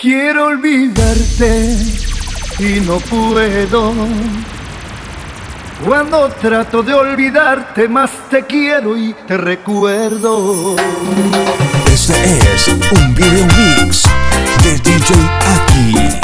Quiero olvidarte y no puedo. Cuando trato de olvidarte, más te quiero y te recuerdo. Este es un video mix de DJ Aki.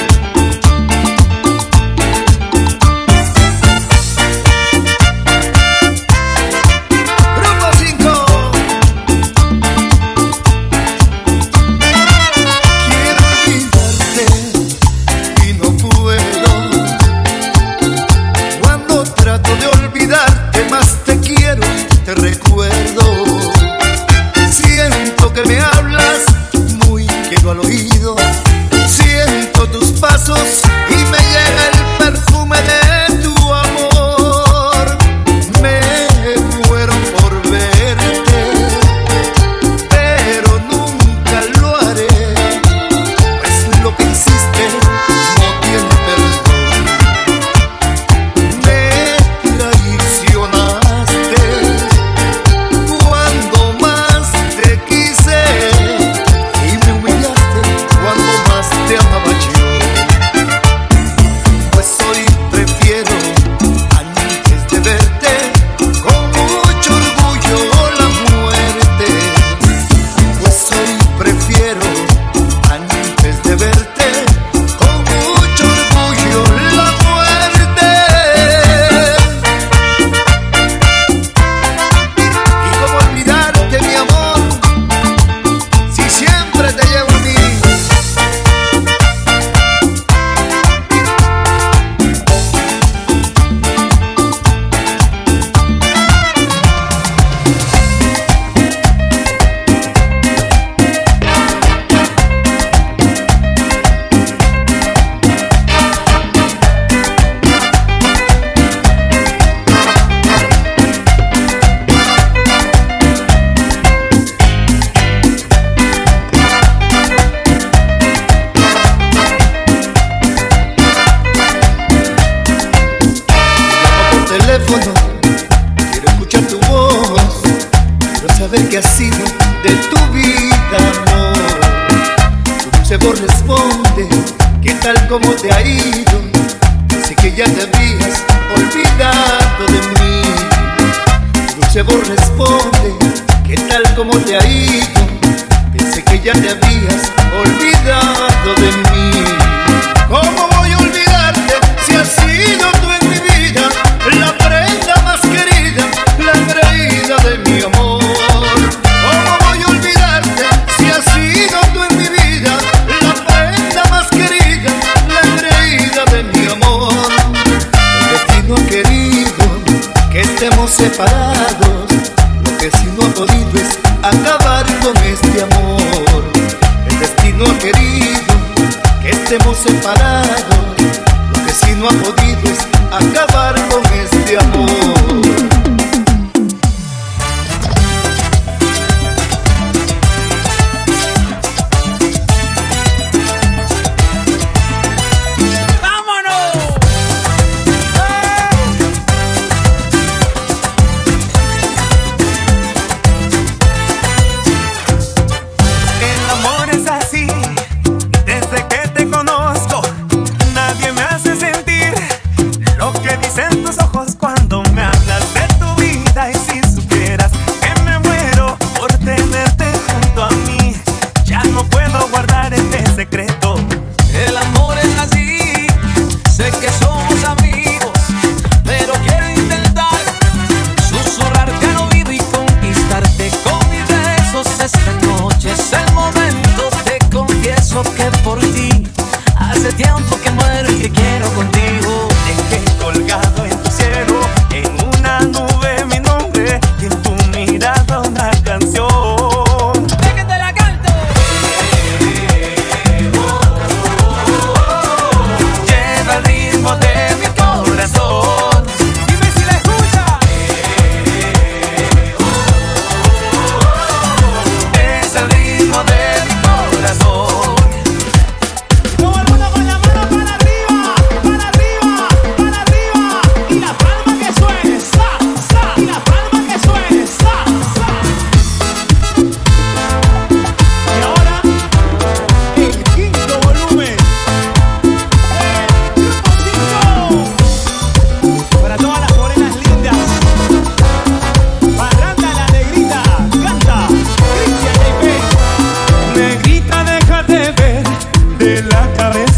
Quiero escuchar tu voz, quiero saber qué ha sido de tu vida, amor. Tu dulce voz responde, ¿qué tal como te ha ido? Sé que ya te habías olvidado de mí. Tu dulce voz responde, ¿qué tal como te ha ido? Pensé que ya te habías olvidado de mí. ¿Cómo voy a olvidarte si has sido tú en mi vida la prenda más querida, la engreída de mi amor? ¿Cómo voy a olvidarte si has sido tú en mi vida la prenda más querida, la engreída de mi amor? El destino ha querido que estemos separados, lo que sí no ha podido es acabar con este amor. El destino ha querido que estemos separados, lo que sí no ha podido es acabar con este amor.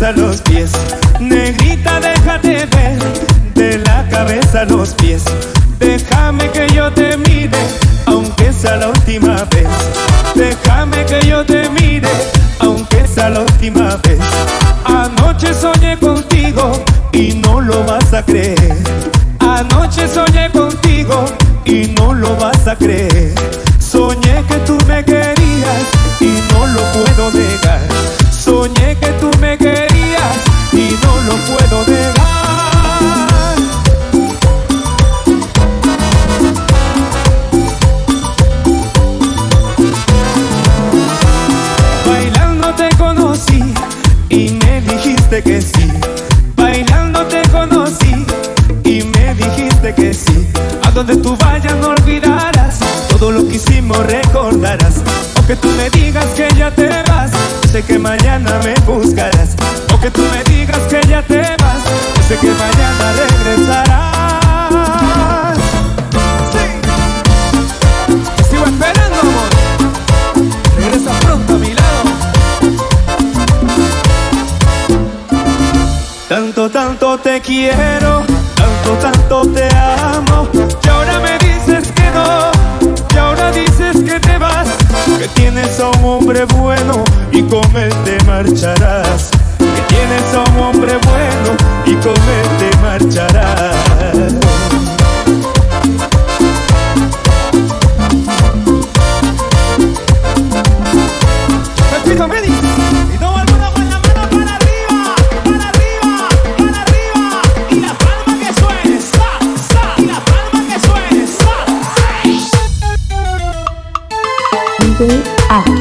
a los pies. Negrita, déjate ver, de la cabeza a los pies. Déjame que yo te mire, aunque sea la última vez. Déjame que yo te mire, aunque sea la última vez. Anoche soñé contigo y no lo vas a creer. Anoche soñé contigo y no lo vas a creer. Soñé que tú me querías y no lo puedo negar. Soñé que tú me querías y no lo puedo negar. Bailando te conocí y me dijiste que sí. Bailando te conocí y me dijiste que sí. A donde tú vayas no olvidarás, todo lo que hicimos recordarás. Aunque tú me digas que ya te vas, sé que mañana me buscarás. Aunque tú me digas que ya te vas, sé que mañana regresarás. Sí. Te sigo esperando, amor. Regresa pronto a mi lado. Tanto, tanto te quiero, tanto, tanto te amo. Y ahora me dices que no, y ahora dices que te vas, que tienes a un hombre bueno y con él te marcharás. Que tienes a un hombre bueno y con él te marcharás. Repito, Medi. Y todo el mundo con la mano para arriba, para arriba, para arriba. Y la palma que suene, sa, sa. Y la palma que suene, sa, Aquí.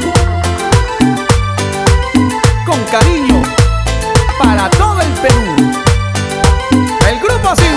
Con cariño para todo el Perú. El Grupo 5.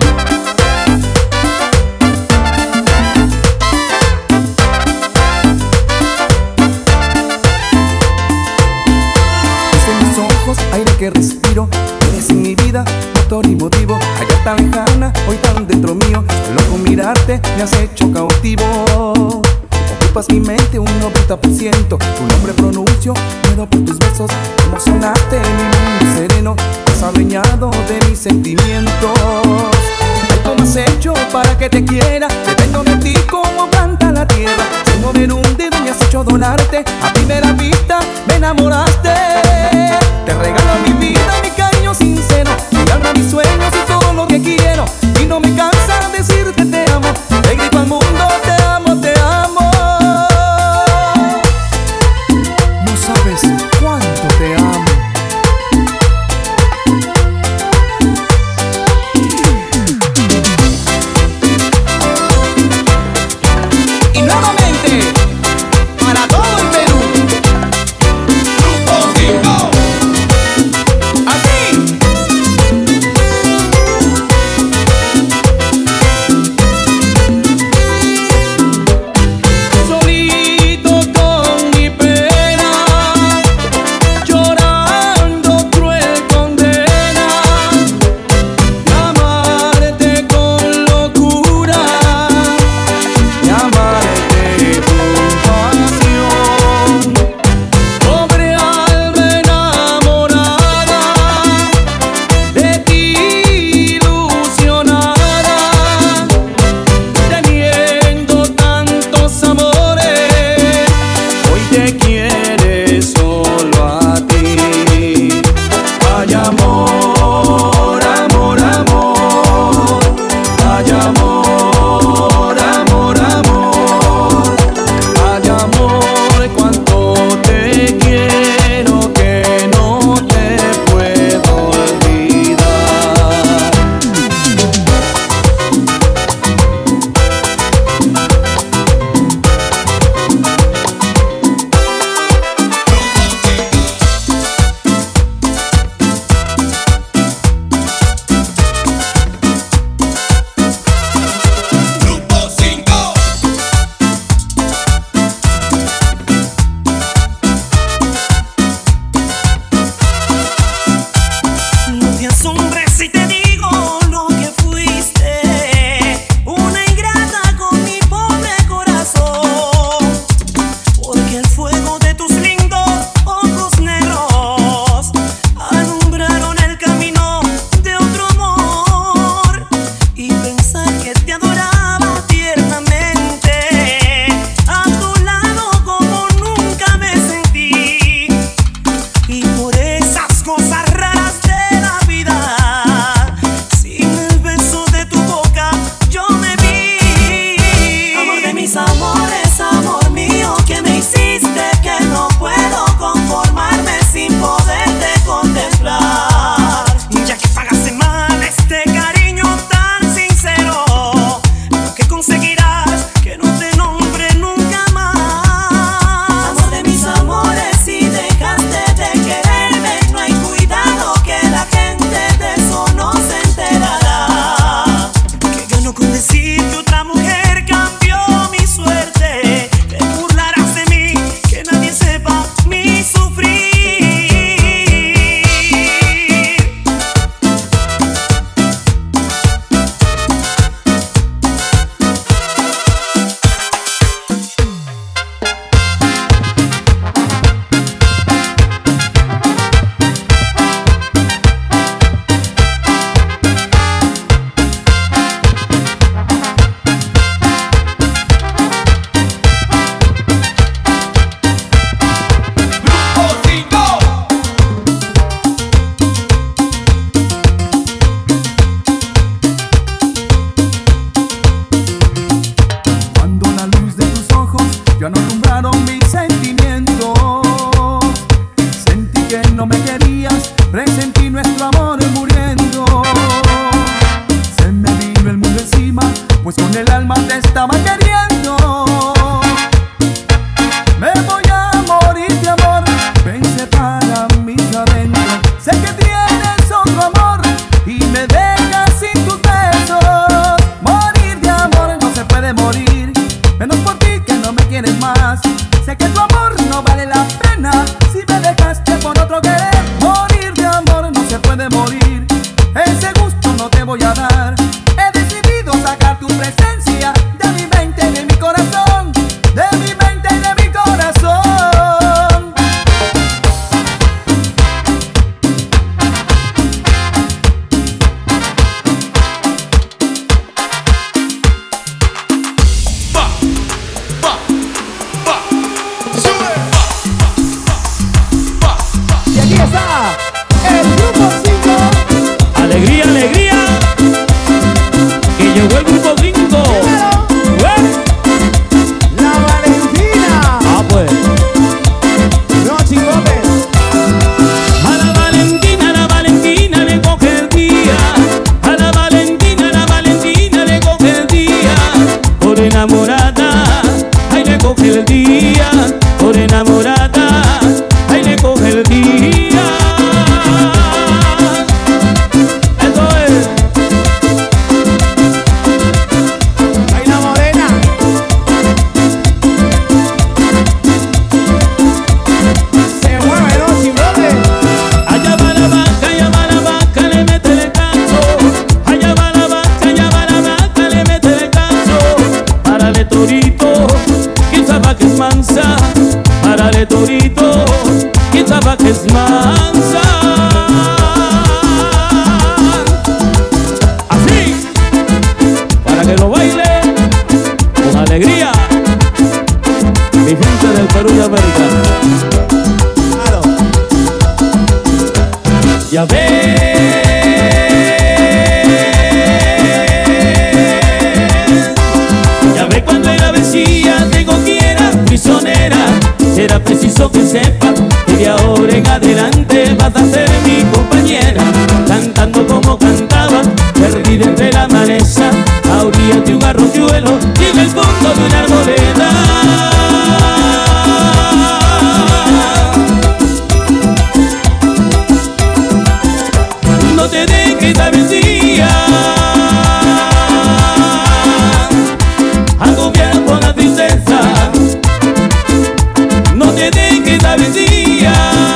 Es en mis ojos, aire que respiro. Eres en mi vida, motor y motivo. Allá tan lejana, hoy tan dentro mío. Solo con mirarte me has hecho cautivo. Ocupas mi mente un 90%. Tu nombre pronuncio, muero por tus besos. Como sonaste en mi mundo sereno, has adueñado de mis sentimientos. Ay, ¿cómo has hecho para que te quiera? Dependo de ti como planta la tierra. Sin mover un dedo me has hecho donarte. A primera vista me enamoraste. Te regalo mi vida, mi cariño sincero, mi alma, mis sueños y todo lo que quiero. Y no me cansa decirte te amo. Le grito al mundo te amo, te amo. No sabes cuánto te amo. Y nuevamente para todo el Perú. Grupo por esas cosas raras de la vida. Sin el beso de tu boca yo me vi. Amor de mis amores, amor mío, que me hiciste que no puedo conformarme sin poderte contemplar. Ya que pagaste mal este cariño tan sincero, lo que conseguirás que no te nombre nunca más. Amor de mis amores, si dejaste de quererme, no hay cuidado que la gente de eso no se enterará. Que gano con decir que otra mujer cambió mi suerte. Te burlarás de mí, que nadie sepa mi sufrir. Cuando la luz de tus ojos ya no alumbraron mis sentimientos, sentí que no me querías, presentí nuestro amor muriendo. Se me vino el mundo encima, pues con el alma te estaba queriendo. Me voy a morir de amor, pensé para mis adentro. Sé que tienes otro amor y me dejas sin tus besos. Morir de amor no se puede morir, menos por ti que no me quieres más. Sé que tu amor no vale la pena si me dejaste por otro querer. Morir de amor no se puede morir, ese gusto no te voy a dar. He decidido sacar tu presencia de mi mente y de mi corazón, de mi mente y de mi corazón. Y aquí está el grupo 5. Alegría, alegría, que llegó el grupo gringo. La Valentina. Ah, pues. No, chingotes. A la Valentina le coge el día. A la Valentina le coge el día. Por enamorada, ahí le coge el día. Por enamorada, ahí le coge el día. Eso es. Ahí la morena. Se mueve, ¿no, chingotes? Allá va la vaca, le mete el canto. Allá va la vaca, le mete el canto. Párale torito, quizá va que es mansa. Párale torito, quizá va que es mansa. Así, para que lo baile con alegría, mi gente del Perú y América. Claro. Ya ves, ya ves cuando ella decía que cogiera prisionera. Era preciso que sepa que de ahora en adelante vas a ser mi compañera. Cantando como cantaba, perdida entre la maleza, a orillas de un arroyuelo y en el fondo de una arboleda. No te dejes aventura, agobiar por la tristeza. No te dejes aventura,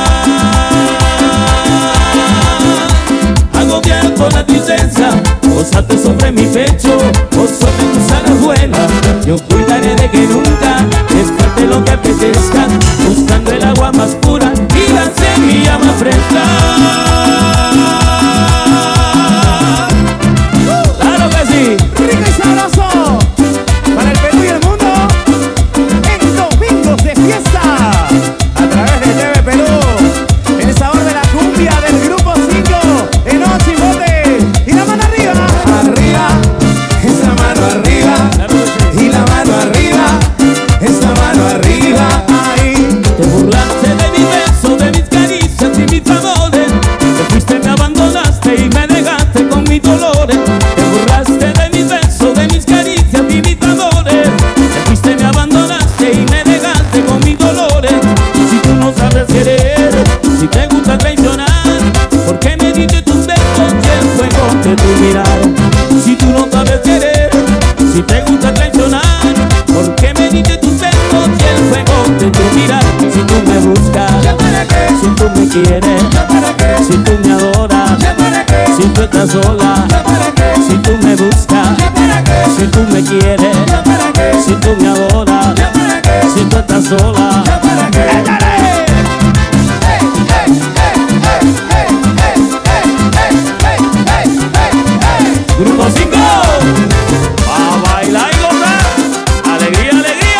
agobiar por la tristeza. Pósate sobre mi pecho o sobre tus alas vuela. Yo cuidaré de que nunca te falte lo que apetezca, buscando el agua más pura y la semilla más fresca. ¡Claro que sí! Rico y sabroso. Para el Perú y el mundo. En Domingos de Fiesta. A través de TV Perú. El sabor diste tus besos y el fuego de tu mirar. Si tú no sabes querer, si te gusta traicionar, ¿por qué me diste tus besos y el fuego de tu mirar? Si tú me buscas, si tú me quieres, si tú me adoras, si tú estás sola, si tú me buscas, si tú me quieres, si tú me adoras, si tú estás sola. Grupo 5, a bailar y gozar, alegría, alegría.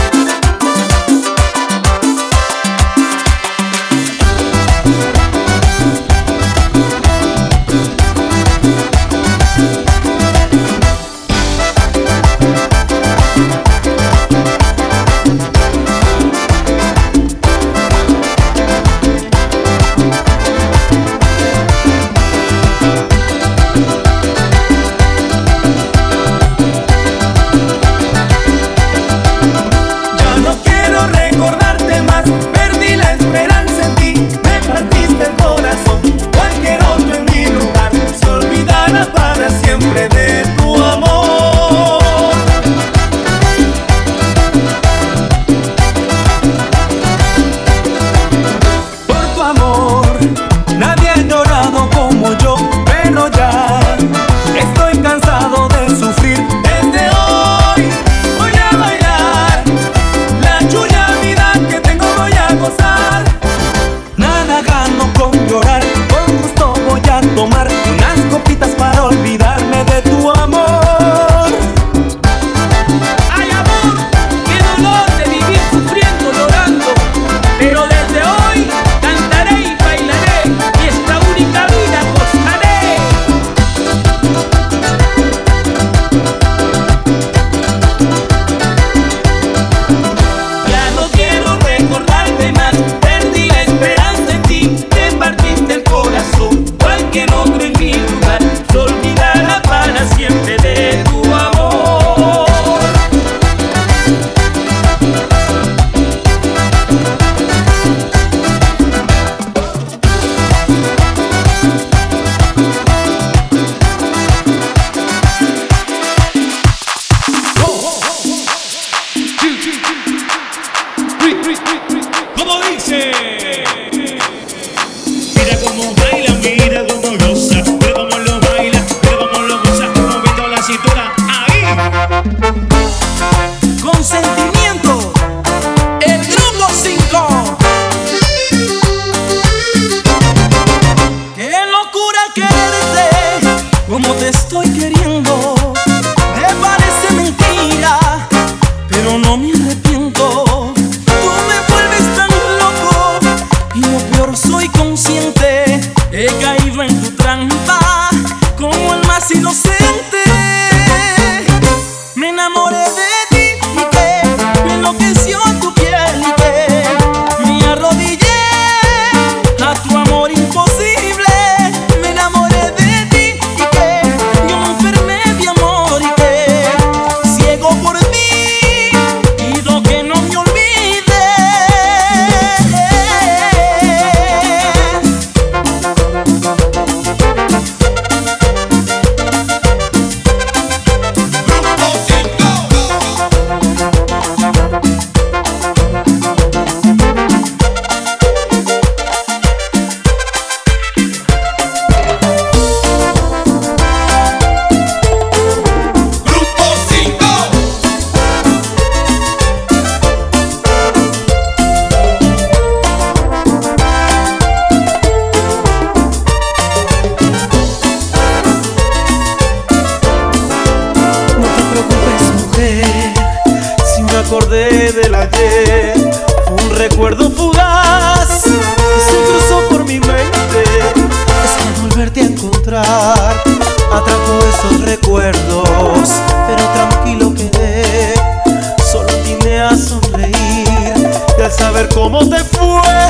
acordé del ayer, fue un recuerdo fugaz que se cruzó por mi mente. Es que volverte a encontrar atrajo esos recuerdos, pero tranquilo quedé, solo vine a sonreír. Y al saber cómo te fue,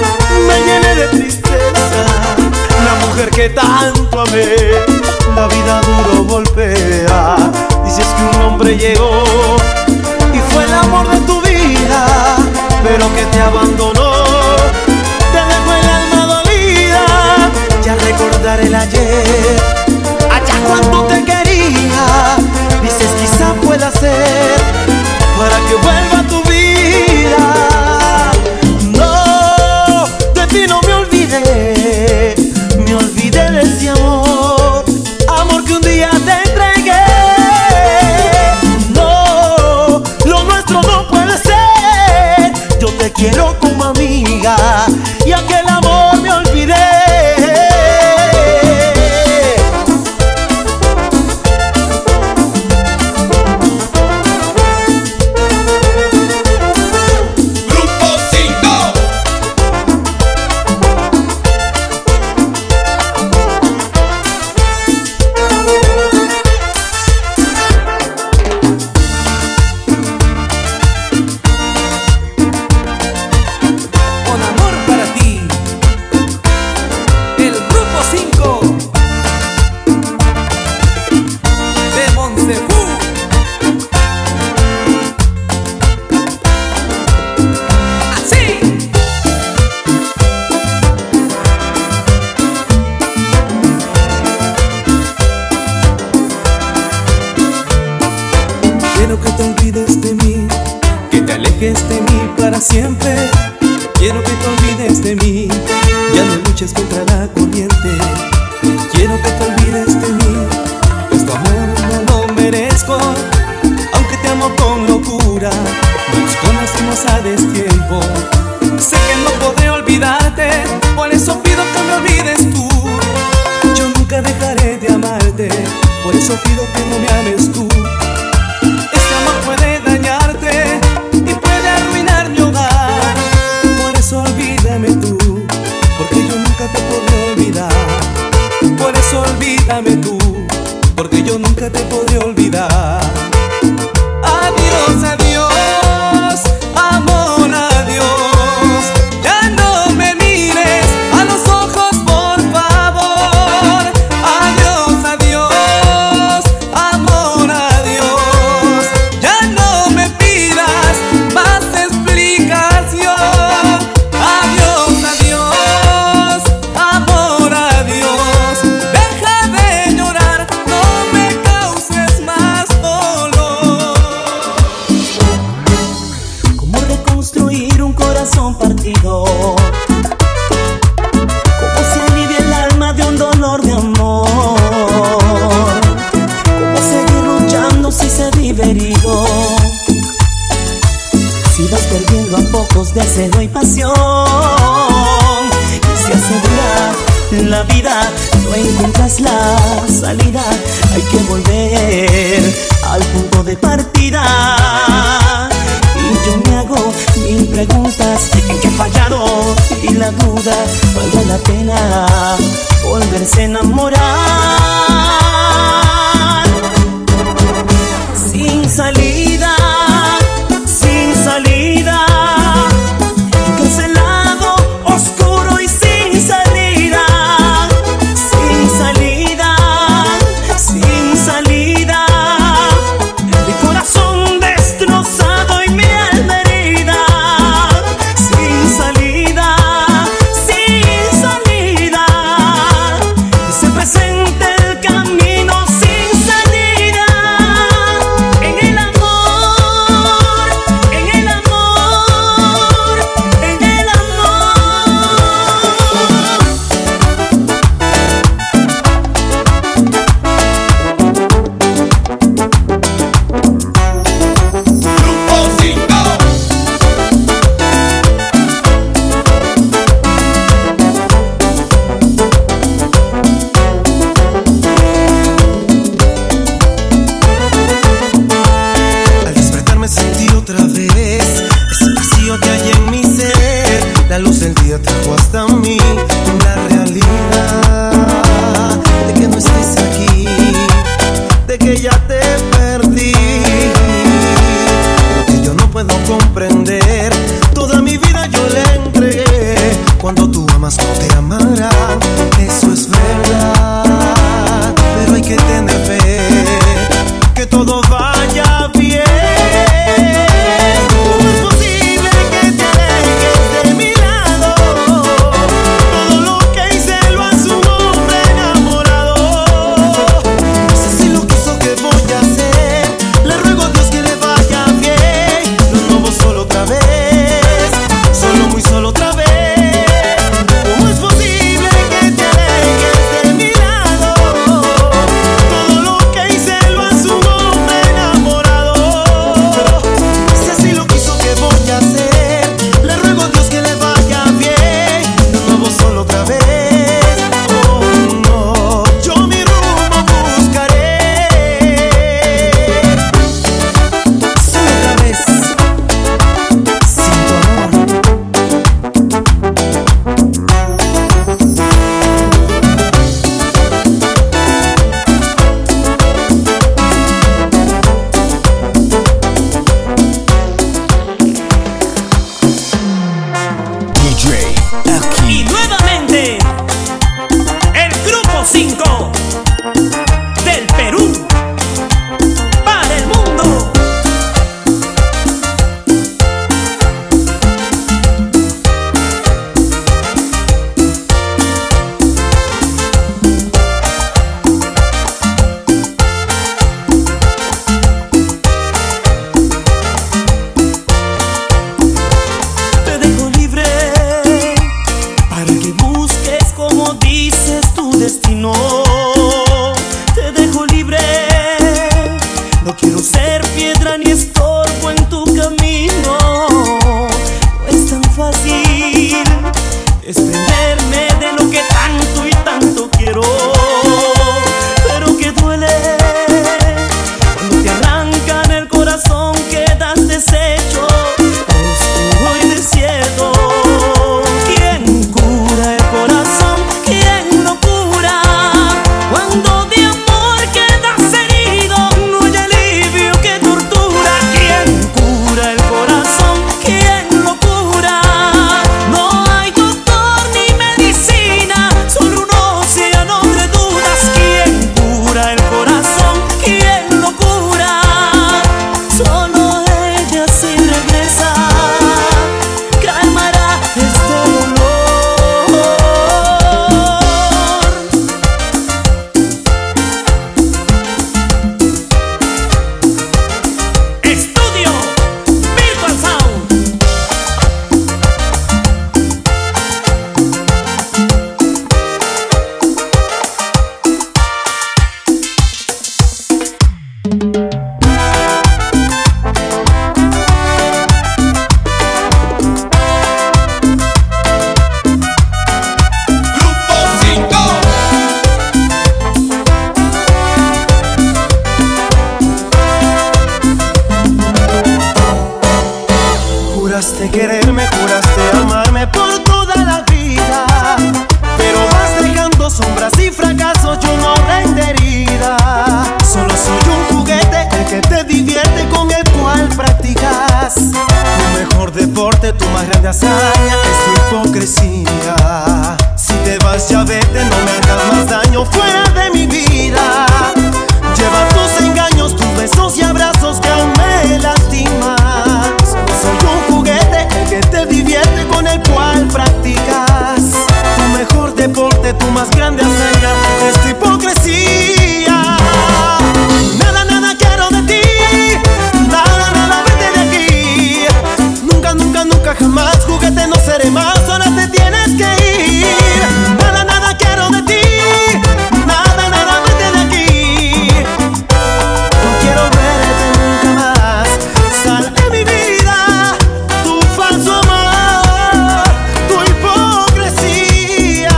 me llené de tristeza. La mujer que tanto amé, la vida duro golpea. Dices que un hombre llegó y fue el amor de tu vida, pero que te abandonó, te dejó el alma dolida. Ya recordé olvidé de ese amor, amor que un día te entregué. No, lo nuestro no puede ser. Yo te quiero como amiga y aquel amor me olvidé. Siempre quiero que te olvides de mí, ya no luches contra la corriente. Quiero que te olvides de mí, pues tu amor no lo merezco. Aunque te amo con locura, nos conocimos a destiempo. Sé que no podré olvidarte, por eso pido que me olvides tú. Yo nunca dejaré de amarte, por eso pido que no me ames tú. Este amor puede dañarte y puede arruinar mi hogar. Por eso olvídame tú, porque yo nunca te podré olvidar. Por eso olvídame tú, porque yo nunca te podré olvidar. Adiós, adiós, amor, adiós. Ya no me mires a los ojos, por favor. Adiós, adiós, amor, adiós. Ya no me pidas más explicación. Adiós, adiós, amor, adiós. Deja de llorar, no me causes más dolor. ¿Cómo reconstruir un corazón partido? ¿Cómo se alivia el alma de un dolor de amor? ¿Cómo seguir luchando si se vive herido? Si vas perdiendo a pocos deseo y pasión, y se hace dura la vida, no encuentras la salida. Hay que volver al punto de partida. Y yo me hago mil preguntas, ¿en qué he fallado? Y la duda, ¿vale la pena volverse a enamorar? Sin salida, sin salida, encarcelado, oscuro y sin salida. Sin salida, sin salida, mi corazón destrozado y mi alma herida. Sin salida, sin salida, se presenta el camino sin salida. En el amor Juraste quererme, juraste amarme por toda la vida, pero vas dejando sombras y fracasos, yo no rendería. Solo soy un juguete, el que te divierte, con el cual practicas tu mejor deporte, tu más grande hazaña es tu hipocresía. Si te vas ya vete, no me hagas más daño fuera de mi vida. Lleva tus engaños, tus besos y abrazos que aún me lastiman. Solo soy un juguete, el que te divierte, con el cual practicas tu mejor deporte, tu más grande hazaña es tu hipocresía. Nada, nada quiero de ti, nada, nada, vete de aquí. Nunca, nunca, nunca, jamás, juguete no seré más, ahora te tienes que ir. Nada, nada quiero de ti, nada, nada, vete de aquí. No quiero verte nunca más, sal de mi vida, tu falso amor, tu hipocresía.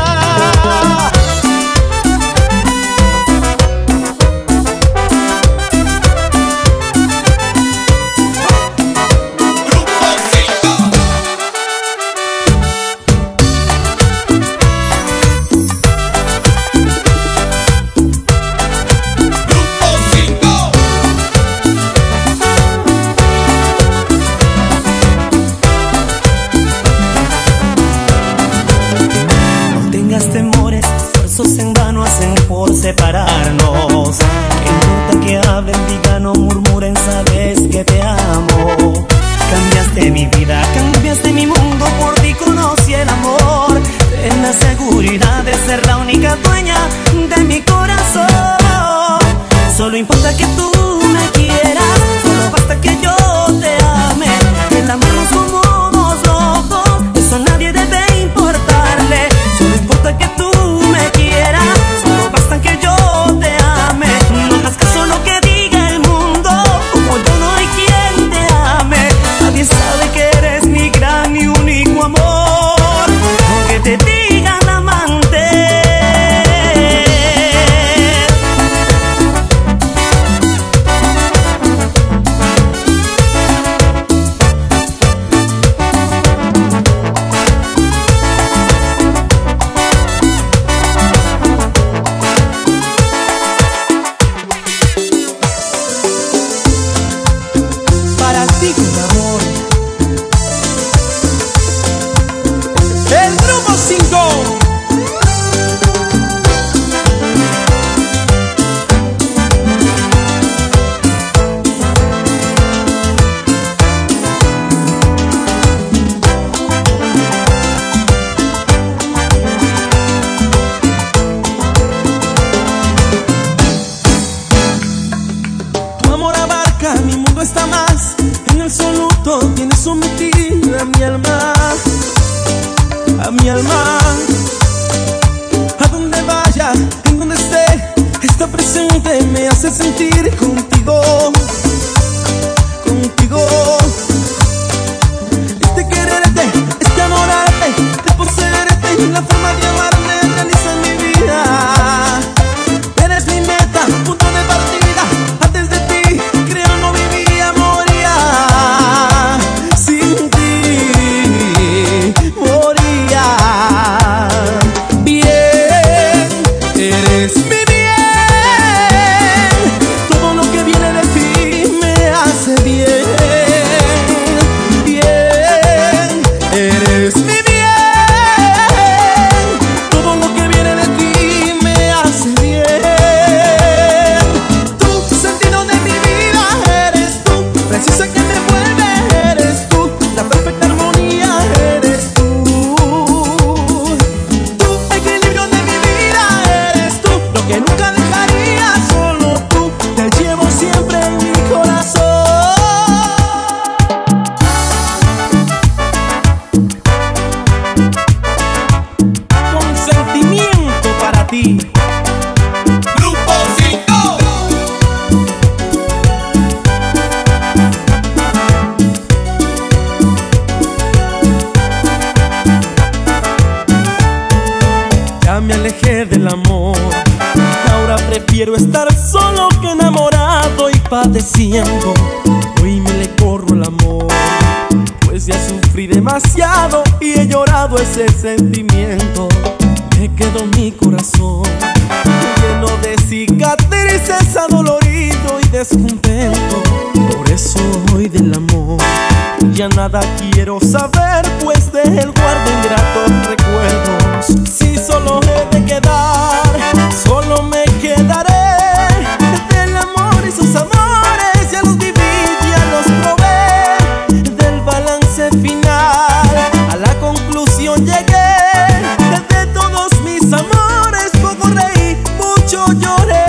No tengas temores, esfuerzos en vano hacen por separarnos. Que importa que hablen, digan o murmuren, sabes que te amo. Cambiaste mi vida, cambiaste mi mundo, por ti conocí el amor. Ten la seguridad de ser la única dueña de mi corazón. Solo importa que tú me quieras, solo basta que yo te ame. El amarnos como dos locos, eso a nadie debe importarle. Solo importa que tú me quieras, solo basta que yo te ame. No hagas caso a lo que diga el mundo, como yo no hay quien te ame. Nadie sabe que eres mi gran y único amor, aunque te digan amante. Para ti con amor, el grupo 5. Tu amor abarca, mi mundo está más. En absoluto tienes sometida a mi alma, a mi alma. A donde vaya, en donde esté, está presente, me hace sentir contigo, contigo. Este quererte, este adorarte, de poseerte, la forma de amarme realiza mi vida. Eres mi meta, punto de partida. Antes de ti, creo no vivía, moría. Sin ti, moría. Bien, eres mi bien. Todo lo que viene de ti me hace bien. Bien, eres mi bien. Todo lo que viene de ti me hace bien. Tu sentido de mi vida eres tú, precisa que me vuelve eres tú, la perfecta armonía eres tú. Tu equilibrio de mi vida eres tú, lo que nunca dejaría, solo tú, te llevo siempre en mi corazón. Con sentimiento para ti. Grupo 5. Ya me alejé del amor, ahora prefiero estar solo que enamorado y padeciendo. Hoy me le corro el amor, pues ya sufrí demasiado y he llorado ese sentimiento. Me quedó mi corazón lleno de cicatrices, adolorido y descontento. Por eso hoy del amor ya nada quiero saber, pues de él guardo ingratos recuerdos. Si solo he de quedar, solo me quedaré del amor y sus amores. Ya los viví, ya los probé, del balance final a la conclusión llegué. De todos mis amores poco reí, mucho lloré.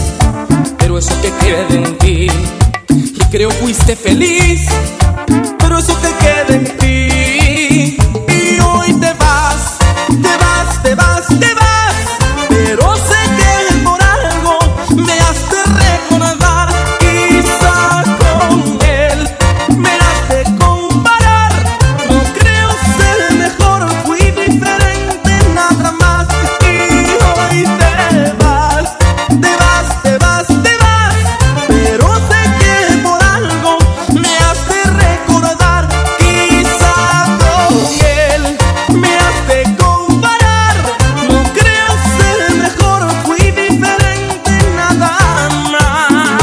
Creo fuiste feliz, pero pero eso que quede en ti. Y hoy te vas, te vas, te vas, te vas, pero sé que por algo me has de recordar. Quizá con él me has de comparar. No creo ser mejor, fui diferente, nada más. Y hoy te vas, te vas, te vas, te vas, pero sé que por algo me has de recordar. Quizá con él me has de comparar. No creo ser mejor, fui diferente, nada más.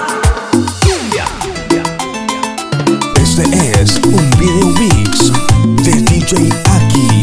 Este es un video mix de DJ Aki.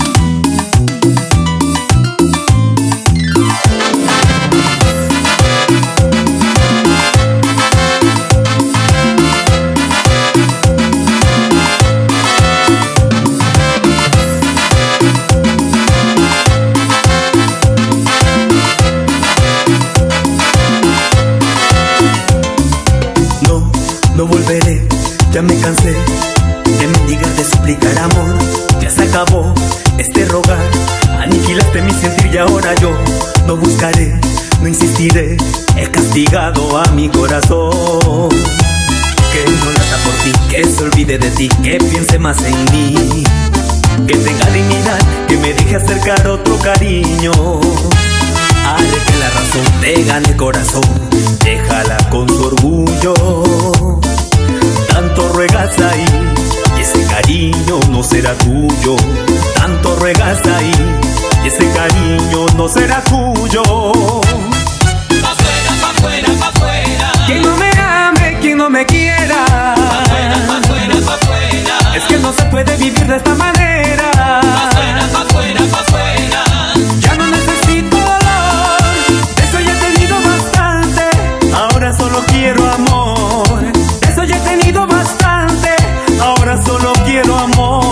No, no volveré, ya me cansé de mendigar, de suplicar amor. Ya se acabó este rogar, aniquilaste mi sentir y ahora yo no buscaré, no insistiré. He castigado a mi corazón, que no lata por ti, que se olvide de ti, que piense más en mí, que tenga dignidad, que me deje acercar otro cariño. Haré que la razón te gane el corazón, déjala con su orgullo. Tanto ruegas ahí, y ese cariño no será tuyo. Tanto ruegas ahí, y ese cariño no será tuyo. Pa' afuera, pa' afuera, pa' afuera. Quien no me ame, quien no me quiera. Pa' afuera, pa' afuera, pa' afuera. Es que no se puede vivir de esta manera. Pa' afuera, pa' afuera, pa' afuera. Ya no necesito dolor, de eso ya he tenido bastante. Ahora solo quiero amor, de eso ya he tenido bastante. Ahora solo quiero amor.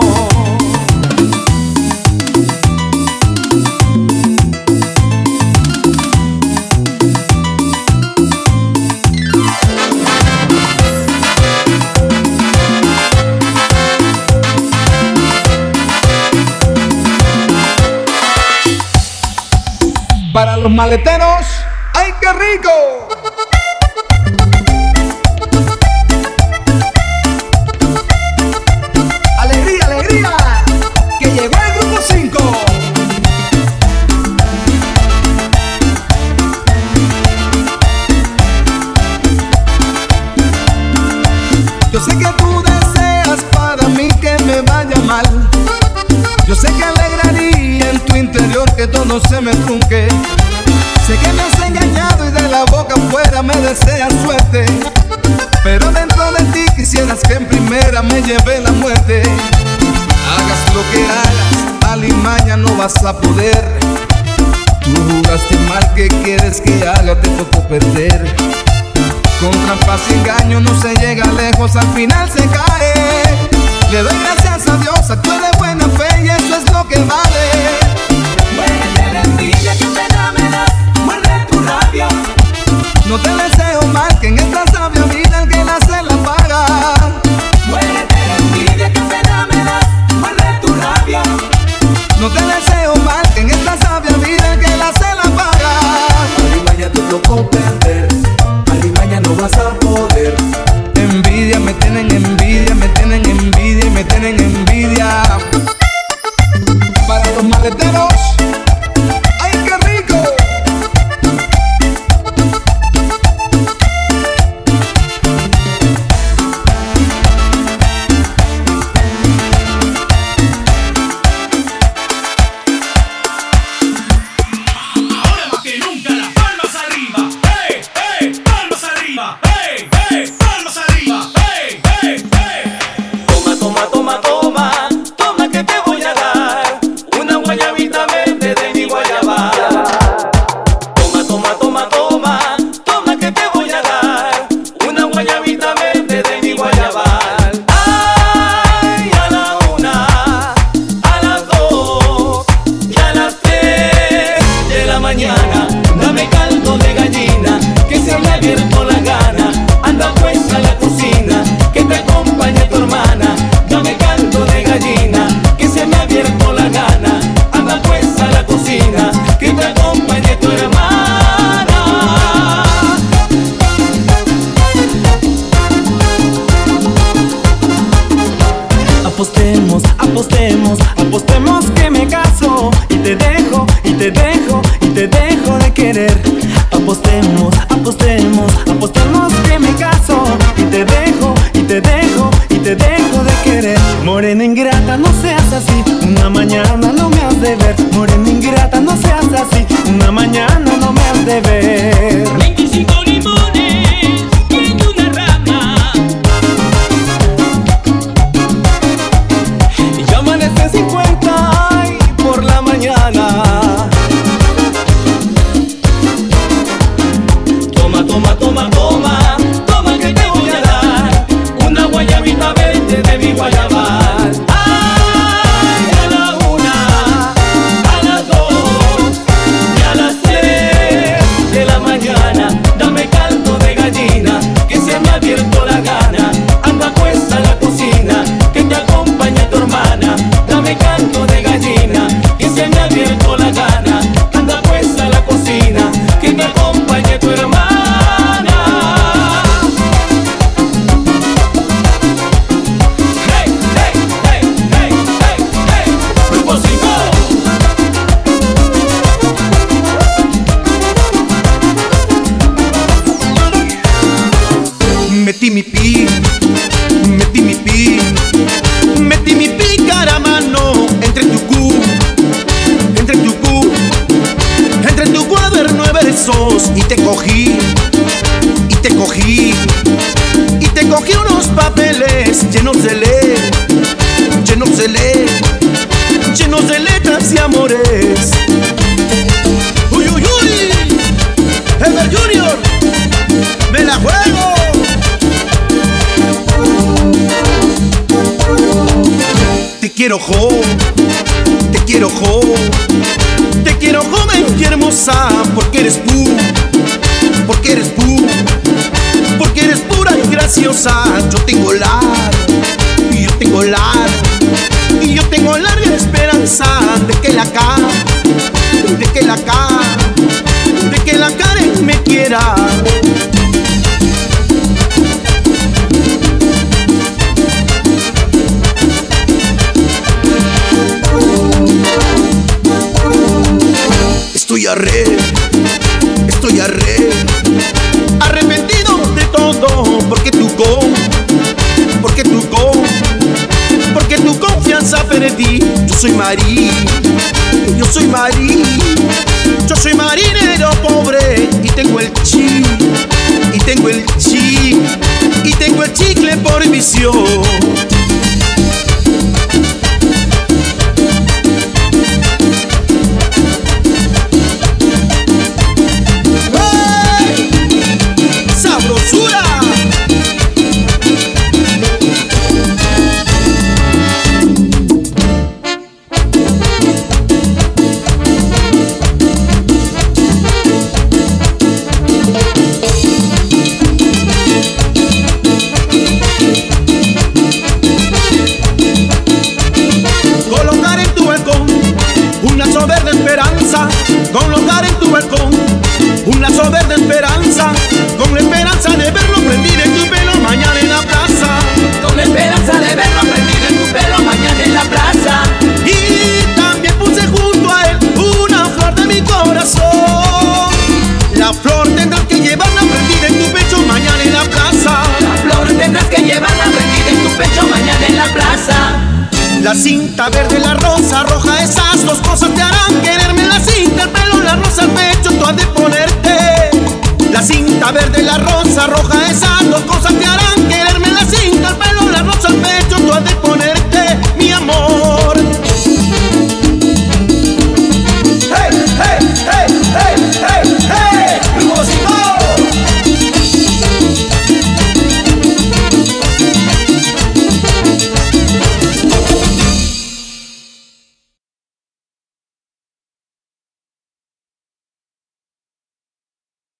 Para los maleteros, ¡ay qué rico! ¡Alegría, alegría! ¡Que llegó el grupo 5! Yo sé que tú deseas para mí que me vaya mal. Yo sé que alegraría en tu interior que todo se me trunque. Sé que me has engañado y de la boca afuera me deseas suerte, pero dentro de ti quisieras que en primera me lleve la muerte. Hagas lo que hagas, alimaña no vas a poder. Tú jugaste mal, ¿qué quieres que haga? Te tocó perder. Con trampas y engaño no se llega lejos, al final se cae. Le doy gracias a Dios, actué de buena fe y eso es lo que vale. Muérete la envidia, que pena me das, muerde tu labio. No te deseo mal, que en esta sabia vida el que la hace la paga. Muérete la envidia, que pena me das, muerde tu labio. No te deseo mal, que en esta sabia vida el que la hace la paga. Alimaña te tocó perder, alimaña no vas a poder. Envidia, me tienen envidia, me tienen envidia y me tienen envidia. Para los maleteros te dejo de querer. Apostemos, apostemos, apostemos que me caso. Y te dejo de querer. Morena ingrata, no seas así, una mañana no me has de ver. Morena ingrata, no seas así, una mañana no me has de ver. 25 limones en una rama. Y ya amanece 50 y por la mañana. Toma, toma, toma, toma, toma que te voy a dar una guayabita verde de mi guayabal. Ay, a la 1, a las 2 y a las 3 de la mañana. Dame caldo de gallina, que se me ha abierto la gana. Anda pues a la cocina, que te acompañe tu hermana. Dame caldo de gallina, que se me ha abierto la gana. Anda pues a la cocina, que te acompañe tu hermana. Hey, hey, hey, hey, hey, hey. Grupo 5. Metí mi pícara mano entre tu cuaderno de versos y te cogí unos papeles llenos de letras y amores. Uy, uy, uy, Ever Junior, me la juego. Te quiero joven y hermosa, porque eres pura y graciosa. Yo tengo larga esperanza de que la Karen me quiera. Estoy arrepentido de todo, porque tu confianza perdí. Yo soy marinero pobre y tengo el chicle por visión. Colocar en tu balcón un lazo verde esperanza, con la esperanza de verlo prendido en tu pelo mañana en la plaza. Con la esperanza de verlo prendido en tu pelo mañana en la plaza. Y también puse junto a él una flor de mi corazón. La flor tendrás que llevarla prendida en tu pecho mañana en la plaza. La flor tendrás que llevarla prendida en tu pecho mañana en la plaza. La cinta verde, la rosa roja, esas dos cosas te harán querer